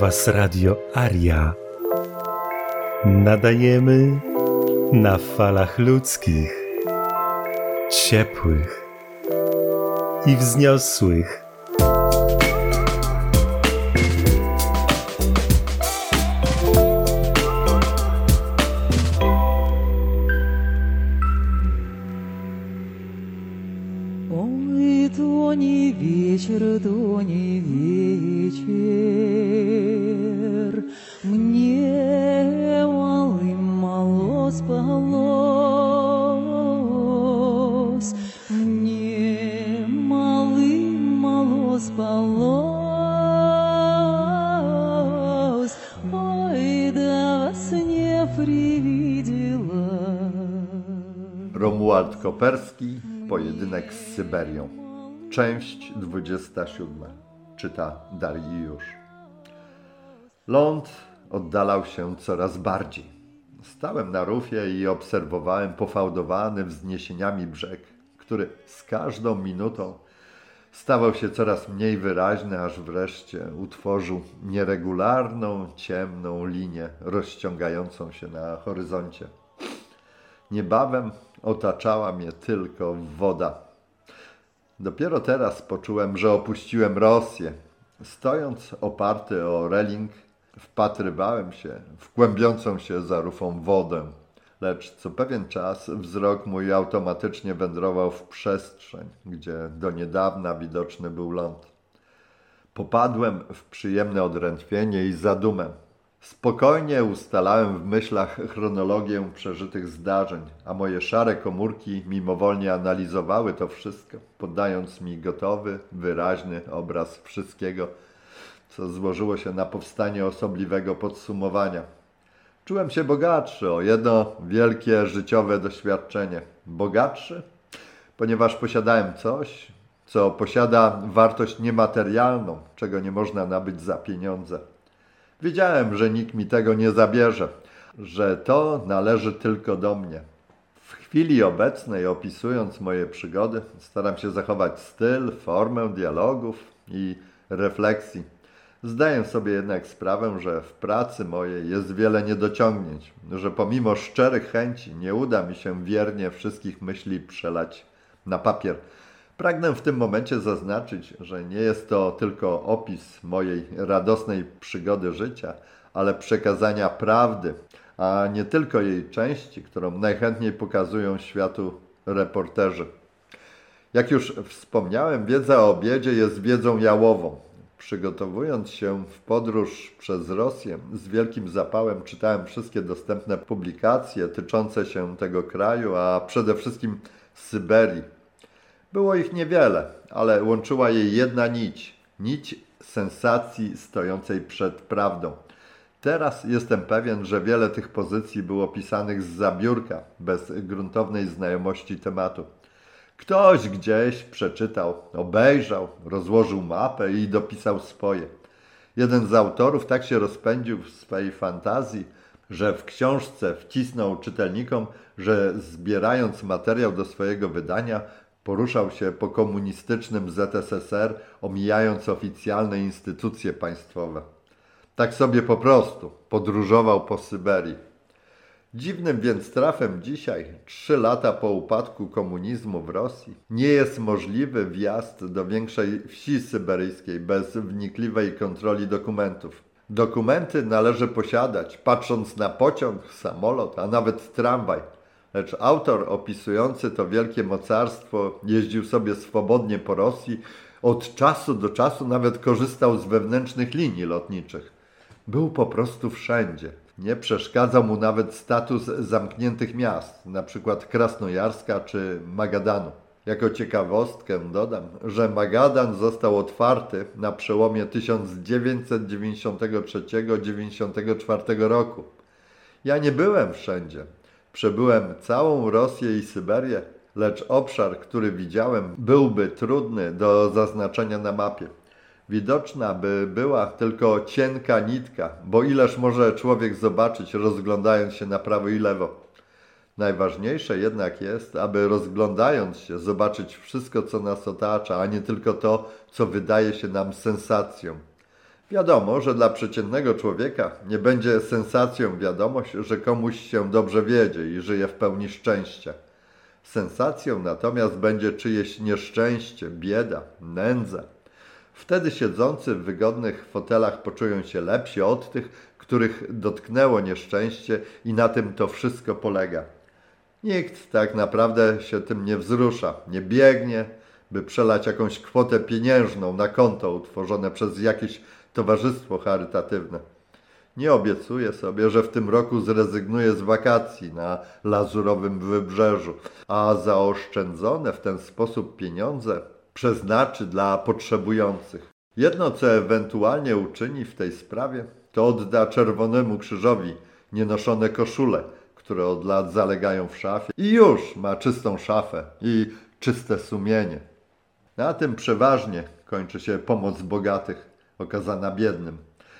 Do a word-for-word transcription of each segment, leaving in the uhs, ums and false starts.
Hałas Radio Aria. Nadajemy na falach ludzkich, ciepłych i wzniosłych. Ой, то не вечер, то не вечер, мне малым-мало спалось, мне малым-мало спалось, ой, да во сне привидела. Romuald Koperski, Pojedynek z Syberią. Część dwudziesta siódma. Czyta Dariusz. Ląd oddalał się coraz bardziej. Stałem na rufie i obserwowałem pofałdowany wzniesieniami brzeg, który z każdą minutą stawał się coraz mniej wyraźny, aż wreszcie utworzył nieregularną, ciemną linię rozciągającą się na horyzoncie. Niebawem otaczała mnie tylko woda. Dopiero teraz poczułem, że opuściłem Rosję. Stojąc oparty o reling, wpatrywałem się w kłębiącą się za rufą wodę. Lecz co pewien czas wzrok mój automatycznie wędrował w przestrzeń, gdzie do niedawna widoczny był ląd. Popadłem w przyjemne odrętwienie i zadumę. Spokojnie ustalałem w myślach chronologię przeżytych zdarzeń, a moje szare komórki mimowolnie analizowały to wszystko, podając mi gotowy, wyraźny obraz wszystkiego, co złożyło się na powstanie osobliwego podsumowania. Czułem się bogatszy o jedno wielkie życiowe doświadczenie. Bogatszy, ponieważ posiadałem coś, co posiada wartość niematerialną, czego nie można nabyć za pieniądze. Wiedziałem, że nikt mi tego nie zabierze, że to należy tylko do mnie. W chwili obecnej, opisując moje przygody, staram się zachować styl, formę dialogów i refleksji. Zdaję sobie jednak sprawę, że w pracy mojej jest wiele niedociągnięć, że pomimo szczerych chęci nie uda mi się wiernie wszystkich myśli przelać na papier. Pragnę w tym momencie zaznaczyć, że nie jest to tylko opis mojej radosnej przygody życia, ale przekazania prawdy, a nie tylko jej części, którą najchętniej pokazują światu reporterzy. Jak już wspomniałem, wiedza o obiedzie jest wiedzą jałową. Przygotowując się w podróż przez Rosję, z wielkim zapałem czytałem wszystkie dostępne publikacje tyczące się tego kraju, a przede wszystkim Syberii. Było ich niewiele, ale łączyła jej jedna nić, nić sensacji stojącej przed prawdą. Teraz jestem pewien, że wiele tych pozycji było pisanych zza biurka, bez gruntownej znajomości tematu. Ktoś gdzieś przeczytał, obejrzał, rozłożył mapę i dopisał swoje. Jeden z autorów tak się rozpędził w swej fantazji, że w książce wcisnął czytelnikom, że zbierając materiał do swojego wydania, poruszał się po komunistycznym Z S S R, omijając oficjalne instytucje państwowe. Tak sobie po prostu podróżował po Syberii. Dziwnym więc trafem dzisiaj, trzy lata po upadku komunizmu w Rosji, nie jest możliwy wjazd do większej wsi syberyjskiej bez wnikliwej kontroli dokumentów. Dokumenty należy posiadać, patrząc na pociąg, samolot, a nawet tramwaj. Lecz autor opisujący to wielkie mocarstwo jeździł sobie swobodnie po Rosji, od czasu do czasu nawet korzystał z wewnętrznych linii lotniczych. Był po prostu wszędzie. Nie przeszkadzał mu nawet status zamkniętych miast, np. Krasnojarska czy Magadanu. Jako ciekawostkę dodam, że Magadan został otwarty na przełomie tysiąc dziewięćset dziewięćdziesiątego trzeciego do dziewięćdziesiątego czwartego roku. Ja nie byłem wszędzie. Przebyłem całą Rosję i Syberię, lecz obszar, który widziałem, byłby trudny do zaznaczenia na mapie. Widoczna by była tylko cienka nitka, bo ileż może człowiek zobaczyć, rozglądając się na prawo i lewo. Najważniejsze jednak jest, aby rozglądając się zobaczyć wszystko, co nas otacza, a nie tylko to, co wydaje się nam sensacją. Wiadomo, że dla przeciętnego człowieka nie będzie sensacją wiadomość, że komuś się dobrze wiedzie i żyje w pełni szczęścia. Sensacją natomiast będzie czyjeś nieszczęście, bieda, nędza. Wtedy siedzący w wygodnych fotelach poczują się lepsi od tych, których dotknęło nieszczęście i na tym to wszystko polega. Nikt tak naprawdę się tym nie wzrusza, nie biegnie, by przelać jakąś kwotę pieniężną na konto utworzone przez jakieś towarzystwo charytatywne. Nie obiecuje sobie, że w tym roku zrezygnuje z wakacji na lazurowym wybrzeżu, a zaoszczędzone w ten sposób pieniądze przeznaczy dla potrzebujących. Jedno, co ewentualnie uczyni w tej sprawie, to odda Czerwonemu Krzyżowi nienoszone koszule, które od lat zalegają w szafie i już ma czystą szafę i czyste sumienie. Na tym przeważnie kończy się pomoc bogatych, okazana biednym.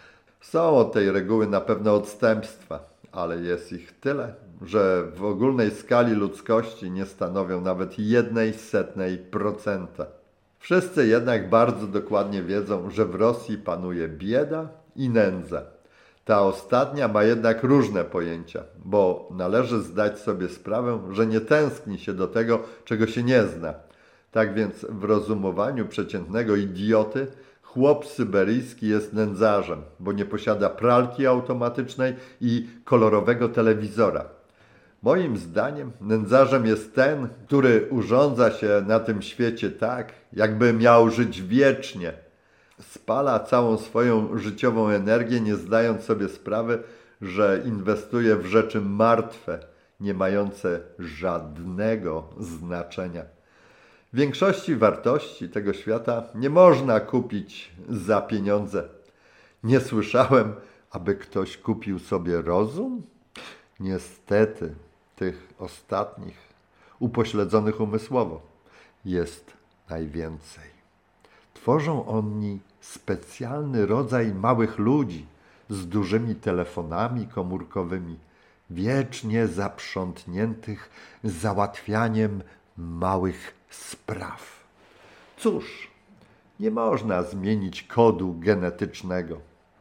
Są od tej reguły na pewno odstępstwa, ale jest ich tyle, że w ogólnej skali ludzkości nie stanowią nawet jednej setnej procenta. Wszyscy jednak bardzo dokładnie wiedzą, że w Rosji panuje bieda i nędza. Ta ostatnia ma jednak różne pojęcia, bo należy zdać sobie sprawę, że nie tęskni się do tego, czego się nie zna. Tak więc w rozumowaniu przeciętnego idioty chłop syberyjski jest nędzarzem, bo nie posiada pralki automatycznej i kolorowego telewizora. Moim zdaniem nędzarzem jest ten, który urządza się na tym świecie tak, jakby miał żyć wiecznie. Spala całą swoją życiową energię, nie zdając sobie sprawy, że inwestuje w rzeczy martwe, nie mające żadnego znaczenia. Większości wartości tego świata nie można kupić za pieniądze. Nie słyszałem, aby ktoś kupił sobie rozum? Niestety, tych ostatnich, upośledzonych umysłowo, jest najwięcej. Tworzą oni specjalny rodzaj małych ludzi z dużymi telefonami komórkowymi, wiecznie zaprzątniętych załatwianiem małych spraw. Cóż, nie można zmienić kodu genetycznego.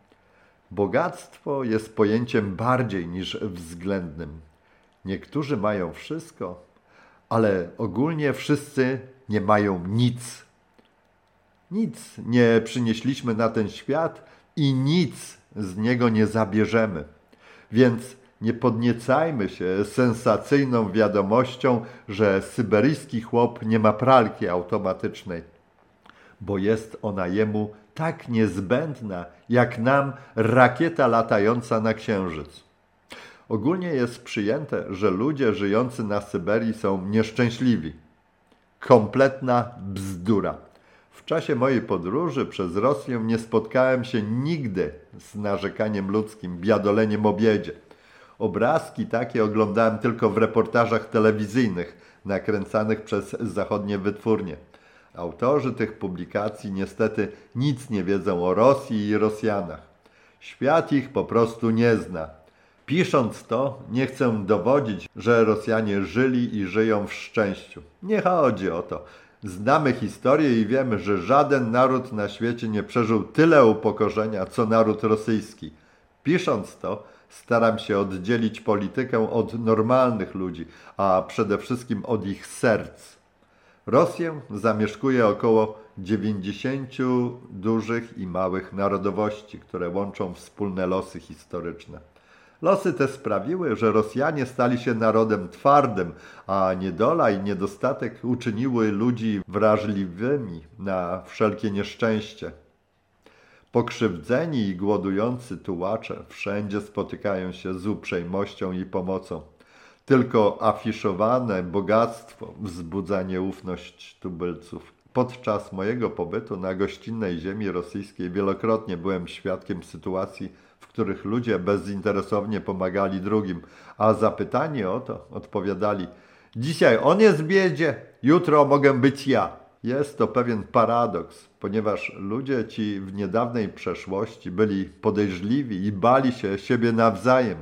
Bogactwo jest pojęciem bardziej niż względnym. Niektórzy mają wszystko, ale ogólnie wszyscy nie mają nic. Nic nie przynieśliśmy na ten świat i nic z niego nie zabierzemy. Więc nie podniecajmy się sensacyjną wiadomością, że syberyjski chłop nie ma pralki automatycznej, bo jest ona jemu tak niezbędna, jak nam rakieta latająca na Księżyc. Ogólnie jest przyjęte, że ludzie żyjący na Syberii są nieszczęśliwi. Kompletna bzdura. W czasie mojej podróży przez Rosję nie spotkałem się nigdy z narzekaniem ludzkim, biadoleniem o biedzie. Obrazki takie oglądałem tylko w reportażach telewizyjnych nakręcanych przez zachodnie wytwórnie. Autorzy tych publikacji niestety nic nie wiedzą o Rosji i Rosjanach. Świat ich po prostu nie zna. Pisząc to, nie chcę dowodzić, że Rosjanie żyli i żyją w szczęściu. Nie chodzi o to. Znamy historię i wiemy, że żaden naród na świecie nie przeżył tyle upokorzenia, co naród rosyjski. Pisząc to, staram się oddzielić politykę od normalnych ludzi, a przede wszystkim od ich serc. Rosję zamieszkuje około dziewięćdziesięciu dużych i małych narodowości, które łączą wspólne losy historyczne. Losy te sprawiły, że Rosjanie stali się narodem twardym, a niedola i niedostatek uczyniły ludzi wrażliwymi na wszelkie nieszczęście. Pokrzywdzeni i głodujący tułacze wszędzie spotykają się z uprzejmością i pomocą. Tylko afiszowane bogactwo wzbudza nieufność tubylców. Podczas mojego pobytu na gościnnej ziemi rosyjskiej wielokrotnie byłem świadkiem sytuacji, w których ludzie bezinteresownie pomagali drugim, a zapytani o to odpowiadali: dzisiaj on jest w biedzie, jutro mogę być ja. Jest to pewien paradoks, ponieważ ludzie ci w niedawnej przeszłości byli podejrzliwi i bali się siebie nawzajem.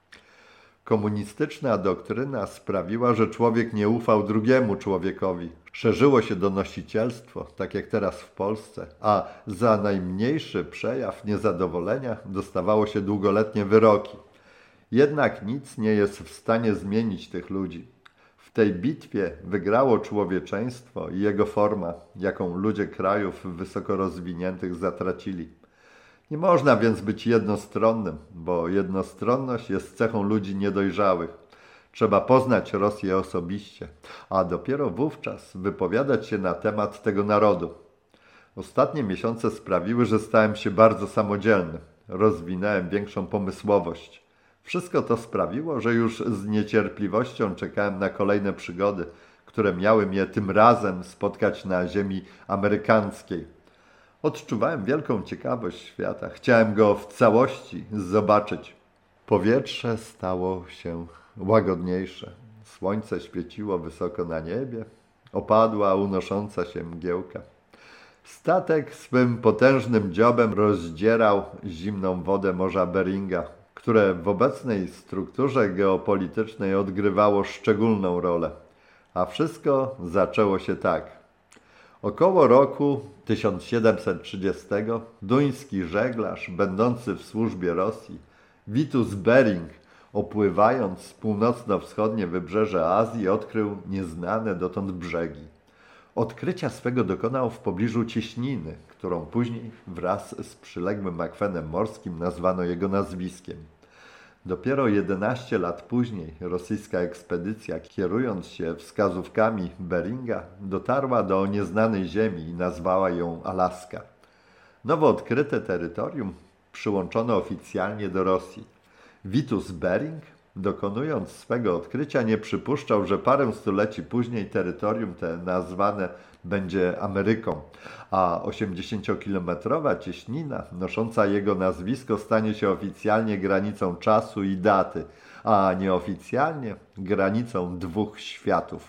Komunistyczna doktryna sprawiła, że człowiek nie ufał drugiemu człowiekowi. Szerzyło się donosicielstwo, tak jak teraz w Polsce, a za najmniejszy przejaw niezadowolenia dostawało się długoletnie wyroki. Jednak nic nie jest w stanie zmienić tych ludzi. W tej bitwie wygrało człowieczeństwo i jego forma, jaką ludzie krajów wysoko rozwiniętych zatracili. Nie można więc być jednostronnym, bo jednostronność jest cechą ludzi niedojrzałych. Trzeba poznać Rosję osobiście, a dopiero wówczas wypowiadać się na temat tego narodu. Ostatnie miesiące sprawiły, że stałem się bardzo samodzielny. Rozwinąłem większą pomysłowość. Wszystko to sprawiło, że już z niecierpliwością czekałem na kolejne przygody, które miały mnie tym razem spotkać na ziemi amerykańskiej. Odczuwałem wielką ciekawość świata. Chciałem go w całości zobaczyć. Powietrze stało się łagodniejsze. Słońce świeciło wysoko na niebie. Opadła unosząca się mgiełka. Statek swym potężnym dziobem rozdzierał zimną wodę Morza Beringa, które w obecnej strukturze geopolitycznej odgrywało szczególną rolę. A wszystko zaczęło się tak. Około roku tysiąc siedemset trzydziestego duński żeglarz będący w służbie Rosji, Vitus Bering, opływając północno-wschodnie wybrzeże Azji, odkrył nieznane dotąd brzegi. Odkrycia swego dokonał w pobliżu cieśniny, którą później wraz z przyległym akwenem morskim nazwano jego nazwiskiem. Dopiero jedenaście lat później rosyjska ekspedycja, kierując się wskazówkami Beringa, dotarła do nieznanej ziemi i nazwała ją Alaska. Nowo odkryte terytorium przyłączono oficjalnie do Rosji. Vitus Bering, dokonując swego odkrycia, nie przypuszczał, że parę stuleci później terytorium te nazwane będzie Ameryką, a osiemdziesięciokilometrowa cieśnina nosząca jego nazwisko stanie się oficjalnie granicą czasu i daty, a nieoficjalnie granicą dwóch światów.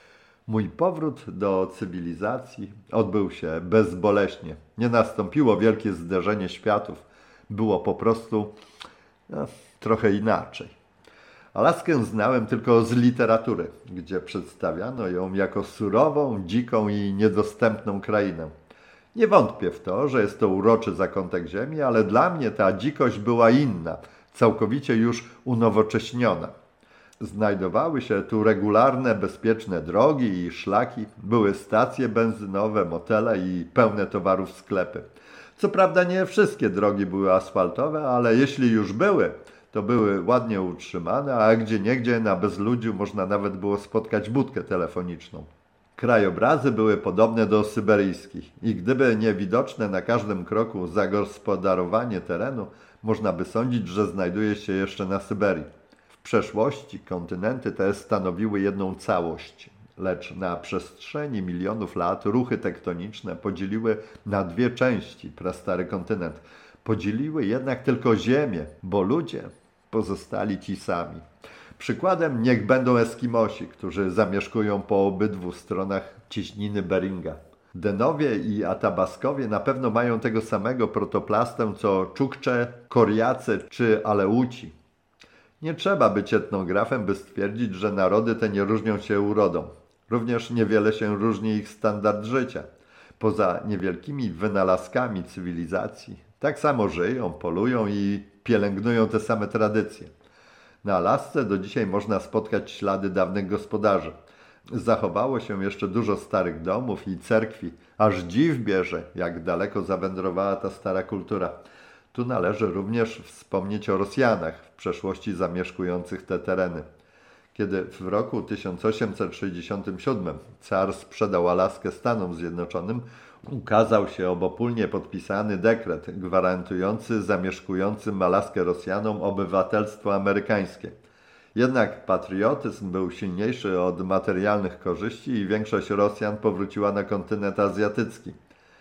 Mój powrót do cywilizacji odbył się bezboleśnie. Nie nastąpiło wielkie zderzenie światów. Było po prostu no, trochę inaczej. Alaskę znałem tylko z literatury, gdzie przedstawiano ją jako surową, dziką i niedostępną krainę. Nie wątpię w to, że jest to uroczy zakątek ziemi, ale dla mnie ta dzikość była inna, całkowicie już unowocześniona. Znajdowały się tu regularne, bezpieczne drogi i szlaki, były stacje benzynowe, motele i pełne towarów sklepy. Co prawda nie wszystkie drogi były asfaltowe, ale jeśli już były, to były ładnie utrzymane, a gdzieniegdzie na bezludziu można nawet było spotkać budkę telefoniczną. Krajobrazy były podobne do syberyjskich i gdyby nie widoczne na każdym kroku zagospodarowanie terenu, można by sądzić, że znajduje się jeszcze na Syberii. W przeszłości kontynenty te stanowiły jedną całość, lecz na przestrzeni milionów lat ruchy tektoniczne podzieliły na dwie części prastary kontynent. Podzieliły jednak tylko ziemię, bo ludzie pozostali ci sami. Przykładem niech będą Eskimosi, którzy zamieszkują po obydwu stronach cieśniny Beringa. Denowie i Atabaskowie na pewno mają tego samego protoplastę co Czukcze, Koriacy czy Aleuci. Nie trzeba być etnografem, by stwierdzić, że narody te nie różnią się urodą. Również niewiele się różni ich standard życia. Poza niewielkimi wynalazkami cywilizacji, tak samo żyją, polują i pielęgnują te same tradycje. Na Alasce do dzisiaj można spotkać ślady dawnych gospodarzy. Zachowało się jeszcze dużo starych domów i cerkwi, aż dziw bierze, jak daleko zawędrowała ta stara kultura. Tu należy również wspomnieć o Rosjanach, w przeszłości zamieszkujących te tereny. Kiedy w roku tysiąc osiemset sześćdziesiątym siódmym car sprzedał Alaskę Stanom Zjednoczonym, ukazał się obopólnie podpisany dekret gwarantujący zamieszkującym Alaskę Rosjanom obywatelstwo amerykańskie. Jednak patriotyzm był silniejszy od materialnych korzyści i większość Rosjan powróciła na kontynent azjatycki.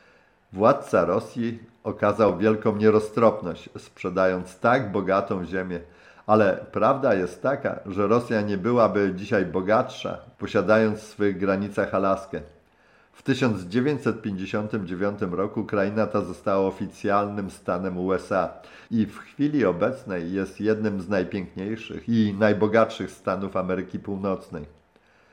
Władca Rosji okazał wielką nieroztropność, sprzedając tak bogatą ziemię, ale prawda jest taka, że Rosja nie byłaby dzisiaj bogatsza, posiadając w swych granicach Alaskę. W tysiąc dziewięćset pięćdziesiątym dziewiątym roku kraina ta została oficjalnym stanem U S A i w chwili obecnej jest jednym z najpiękniejszych i najbogatszych stanów Ameryki Północnej.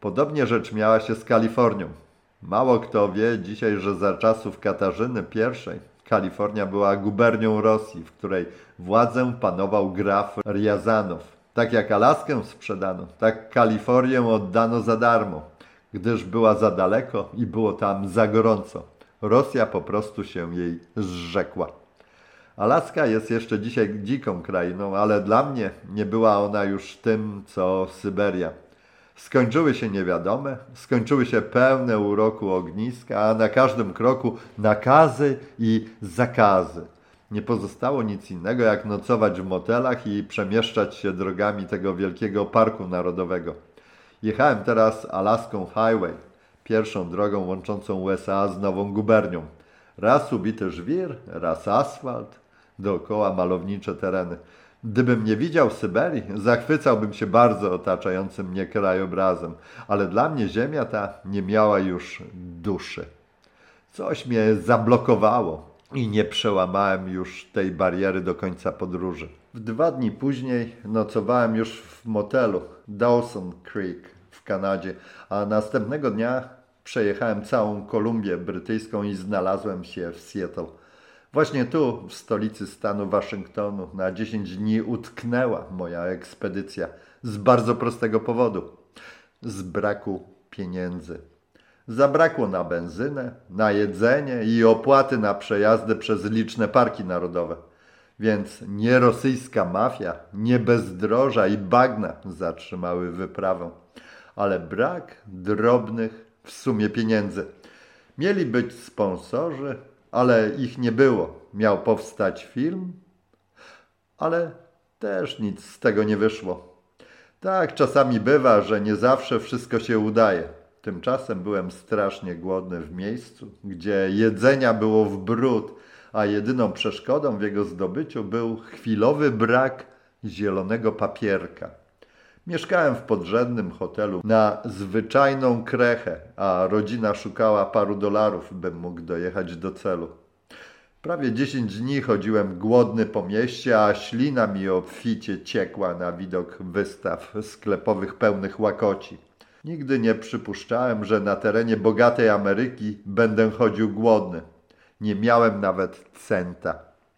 Podobnie rzecz miała się z Kalifornią. Mało kto wie dzisiaj, że za czasów Katarzyny I Kalifornia była gubernią Rosji, w której władzę panował graf Riazanow. Tak jak Alaskę sprzedano, tak Kalifornię oddano za darmo, gdyż była za daleko i było tam za gorąco. Rosja po prostu się jej zrzekła. Alaska jest jeszcze dzisiaj dziką krainą, ale dla mnie nie była ona już tym, co Syberia. Skończyły się niewiadome, skończyły się pełne uroku ogniska, a na każdym kroku nakazy i zakazy. Nie pozostało nic innego, jak nocować w motelach i przemieszczać się drogami tego wielkiego parku narodowego. Jechałem teraz Alaską Highway, pierwszą drogą łączącą U S A z Nową Gubernią. Raz ubity żwir, raz asfalt, dookoła malownicze tereny. Gdybym nie widział Syberii, zachwycałbym się bardzo otaczającym mnie krajobrazem, ale dla mnie ziemia ta nie miała już duszy. Coś mnie zablokowało i nie przełamałem już tej bariery do końca podróży. W dwa dni później nocowałem już w motelu Dawson Creek w Kanadzie, a następnego dnia przejechałem całą Kolumbię Brytyjską i znalazłem się w Seattle. Właśnie tu, w stolicy stanu Waszyngtonu, na dziesięć dni utknęła moja ekspedycja z bardzo prostego powodu. Z braku pieniędzy. Zabrakło na benzynę, na jedzenie i opłaty na przejazdy przez liczne parki narodowe. Więc nie rosyjska mafia, nie bezdroża i bagna zatrzymały wyprawę, ale brak drobnych w sumie pieniędzy. Mieli być sponsorzy, ale ich nie było. Miał powstać film, ale też nic z tego nie wyszło. Tak czasami bywa, że nie zawsze wszystko się udaje. Tymczasem byłem strasznie głodny w miejscu, gdzie jedzenia było w bród, a jedyną przeszkodą w jego zdobyciu był chwilowy brak zielonego papierka. Mieszkałem w podrzędnym hotelu na zwyczajną krechę, a rodzina szukała paru dolarów, bym mógł dojechać do celu. Prawie dziesięć dni chodziłem głodny po mieście, a ślina mi obficie ciekła na widok wystaw sklepowych pełnych łakoci. Nigdy nie przypuszczałem, że na terenie bogatej Ameryki będę chodził głodny. Nie miałem nawet centa.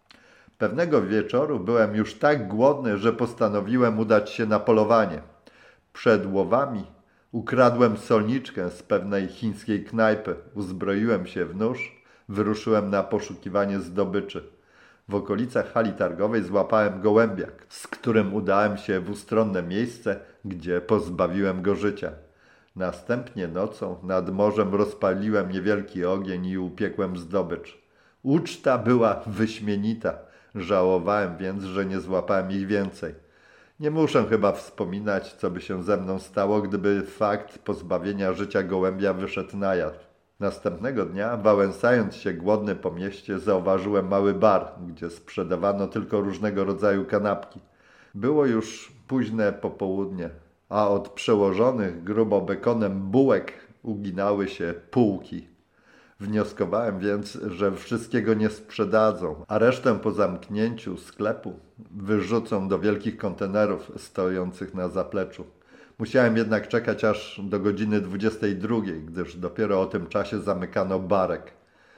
Pewnego wieczoru byłem już tak głodny, że postanowiłem udać się na polowanie. Przed łowami ukradłem solniczkę z pewnej chińskiej knajpy, uzbroiłem się w nóż, wyruszyłem na poszukiwanie zdobyczy. W okolicach hali targowej złapałem gołębia, z którym udałem się w ustronne miejsce, gdzie pozbawiłem go życia. Następnie nocą nad morzem rozpaliłem niewielki ogień i upiekłem zdobycz. Uczta była wyśmienita. Żałowałem więc, że nie złapałem ich więcej. Nie muszę chyba wspominać, co by się ze mną stało, gdyby fakt pozbawienia życia gołębia wyszedł na jaw. Następnego dnia, wałęsając się głodny po mieście, zauważyłem mały bar, gdzie sprzedawano tylko różnego rodzaju kanapki. Było już późne popołudnie, a od przełożonych grubo bekonem bułek uginały się półki. Wnioskowałem więc, że wszystkiego nie sprzedadzą, a resztę po zamknięciu sklepu wyrzucą do wielkich kontenerów stojących na zapleczu. Musiałem jednak czekać aż do godziny dwudziestej drugiej, gdyż dopiero o tym czasie zamykano barek.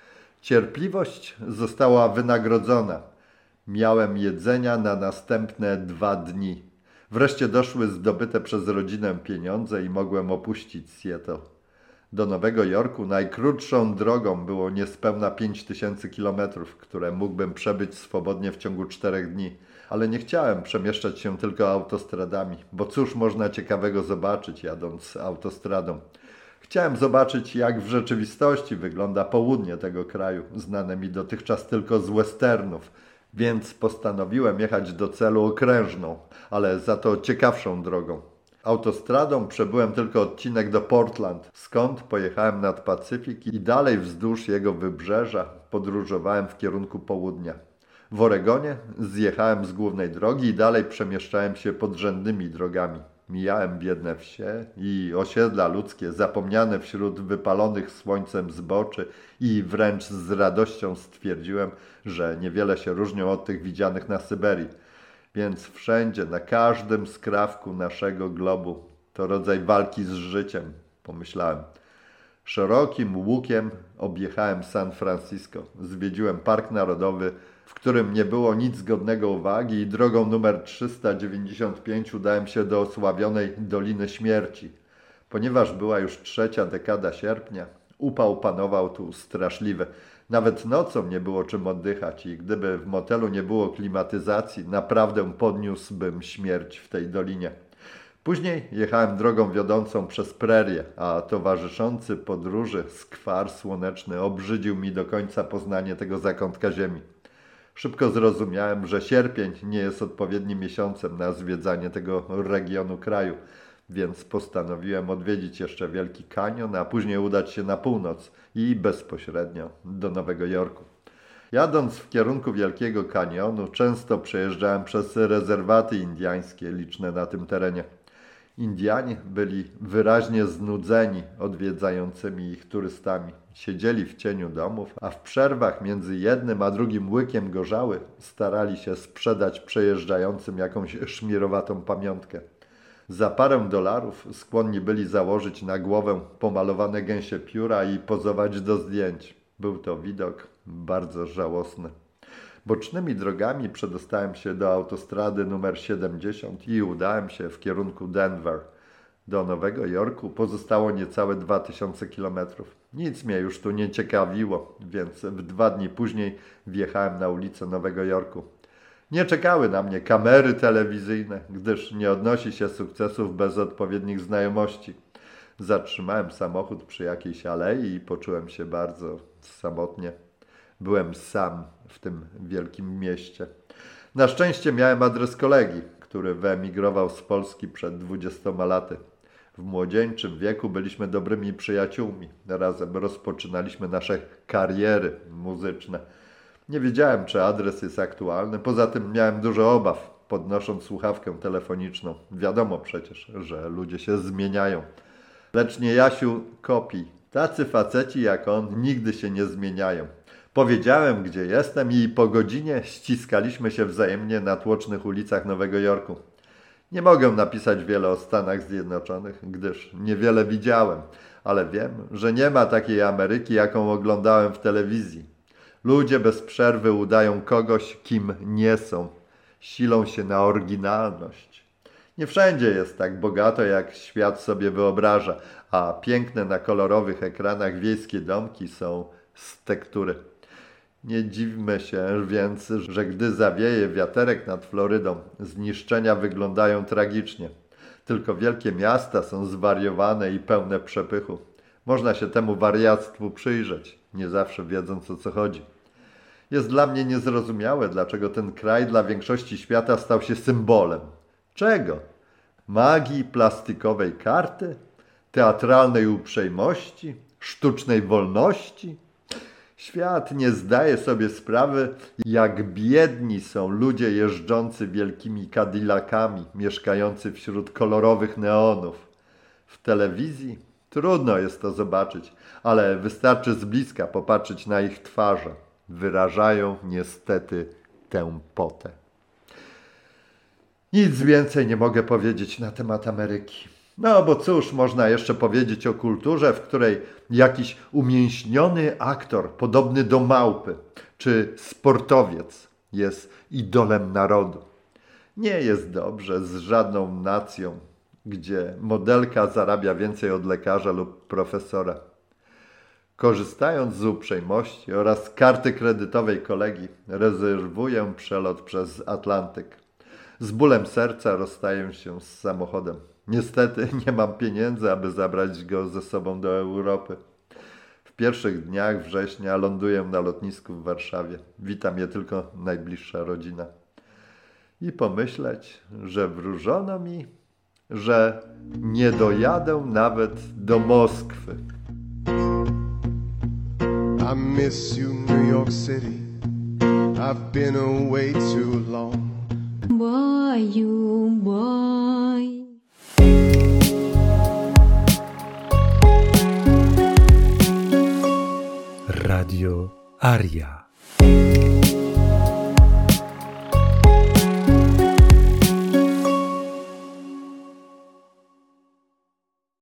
Cierpliwość została wynagrodzona. Miałem jedzenia na następne dwa dni. Wreszcie doszły zdobyte przez rodzinę pieniądze i mogłem opuścić Seattle. Do Nowego Jorku najkrótszą drogą było niespełna pięć tysięcy kilometrów, które mógłbym przebyć swobodnie w ciągu czterech dni. Ale nie chciałem przemieszczać się tylko autostradami, bo cóż można ciekawego zobaczyć jadąc autostradą. Chciałem zobaczyć, jak w rzeczywistości wygląda południe tego kraju, znane mi dotychczas tylko z westernów, więc postanowiłem jechać do celu okrężną, ale za to ciekawszą drogą. Autostradą przebyłem tylko odcinek do Portland, skąd pojechałem nad Pacyfik i dalej wzdłuż jego wybrzeża podróżowałem w kierunku południa. W Oregonie zjechałem z głównej drogi i dalej przemieszczałem się podrzędnymi drogami. Mijałem biedne wsie i osiedla ludzkie zapomniane wśród wypalonych słońcem zboczy i wręcz z radością stwierdziłem, że niewiele się różnią od tych widzianych na Syberii. Więc wszędzie, na każdym skrawku naszego globu To rodzaj walki z życiem, pomyślałem. Szerokim łukiem objechałem San Francisco. Zwiedziłem Park Narodowy, w którym nie było nic godnego uwagi i drogą numer trzysta dziewięćdziesiąt pięć udałem się do osławionej Doliny Śmierci. Ponieważ była już trzecia dekada sierpnia, upał panował tu straszliwy. Nawet nocą nie było czym oddychać i gdyby w motelu nie było klimatyzacji, naprawdę podniósłbym śmierć w tej dolinie. Później jechałem drogą wiodącą przez prerię, a towarzyszący podróży skwar słoneczny obrzydził mi do końca poznanie tego zakątka ziemi. Szybko zrozumiałem, że sierpień nie jest odpowiednim miesiącem na zwiedzanie tego regionu kraju, więc postanowiłem odwiedzić jeszcze Wielki Kanion, a później udać się na północ i bezpośrednio do Nowego Jorku. Jadąc w kierunku Wielkiego Kanionu, często przejeżdżałem przez rezerwaty indiańskie liczne na tym terenie. Indianie byli wyraźnie znudzeni odwiedzającymi ich turystami. Siedzieli w cieniu domów, a w przerwach między jednym a drugim łykiem gorzały starali się sprzedać przejeżdżającym jakąś szmirowatą pamiątkę. Za parę dolarów skłonni byli założyć na głowę pomalowane gęsie pióra i pozować do zdjęć. Był to widok bardzo żałosny. Bocznymi drogami przedostałem się do autostrady numer siedemdziesiąt i udałem się w kierunku Denver. Do Nowego Jorku pozostało niecałe dwa tysiące kilometrów. Nic mnie już tu nie ciekawiło, więc w dwa dni później wjechałem na ulicę Nowego Jorku. Nie czekały na mnie kamery telewizyjne, gdyż nie odnosi się sukcesów bez odpowiednich znajomości. Zatrzymałem samochód przy jakiejś alei i poczułem się bardzo samotnie. Byłem sam w tym wielkim mieście. Na szczęście miałem adres kolegi, który wyemigrował z Polski przed dwudziestoma laty. W młodzieńczym wieku byliśmy dobrymi przyjaciółmi. Razem rozpoczynaliśmy nasze kariery muzyczne. Nie wiedziałem, czy adres jest aktualny. Poza tym miałem dużo obaw, podnosząc słuchawkę telefoniczną. Wiadomo przecież, że ludzie się zmieniają. Lecz nie Jasiu Kopi. Tacy faceci jak on nigdy się nie zmieniają. Powiedziałem, gdzie jestem i po godzinie ściskaliśmy się wzajemnie na tłocznych ulicach Nowego Jorku. Nie mogę napisać wiele o Stanach Zjednoczonych, gdyż niewiele widziałem, ale wiem, że nie ma takiej Ameryki, jaką oglądałem w telewizji. Ludzie bez przerwy udają kogoś, kim nie są. Silą się na oryginalność. Nie wszędzie jest tak bogato, jak świat sobie wyobraża, a piękne na kolorowych ekranach wiejskie domki są z tektury. Nie dziwmy się więc, że gdy zawieje wiaterek nad Florydą, zniszczenia wyglądają tragicznie. Tylko wielkie miasta są zwariowane i pełne przepychu. Można się temu wariactwu przyjrzeć, nie zawsze wiedząc, o co chodzi. Jest dla mnie niezrozumiałe, dlaczego ten kraj dla większości świata stał się symbolem. Czego? Magii plastikowej karty? Teatralnej uprzejmości? Sztucznej wolności? Świat nie zdaje sobie sprawy, jak biedni są ludzie jeżdżący wielkimi Cadillacami, mieszkający wśród kolorowych neonów. W telewizji trudno jest to zobaczyć, ale wystarczy z bliska popatrzeć na ich twarze. Wyrażają niestety tępotę. Nic więcej nie mogę powiedzieć na temat Ameryki. No bo cóż można jeszcze powiedzieć o kulturze, w której jakiś umięśniony aktor, podobny do małpy, czy sportowiec jest idolem narodu. Nie jest dobrze z żadną nacją, gdzie modelka zarabia więcej od lekarza lub profesora. Korzystając z uprzejmości oraz karty kredytowej kolegi, rezerwuję przelot przez Atlantyk. Z bólem serca rozstaję się z samochodem. Niestety nie mam pieniędzy, aby zabrać go ze sobą do Europy. W pierwszych dniach września ląduję na lotnisku w Warszawie. Wita mnie tylko najbliższa rodzina. I pomyśleć, że wróżono mi, że nie dojadę nawet do Moskwy. I miss you, New York City. I've been away too long. Boy, you boy. Radio Aria.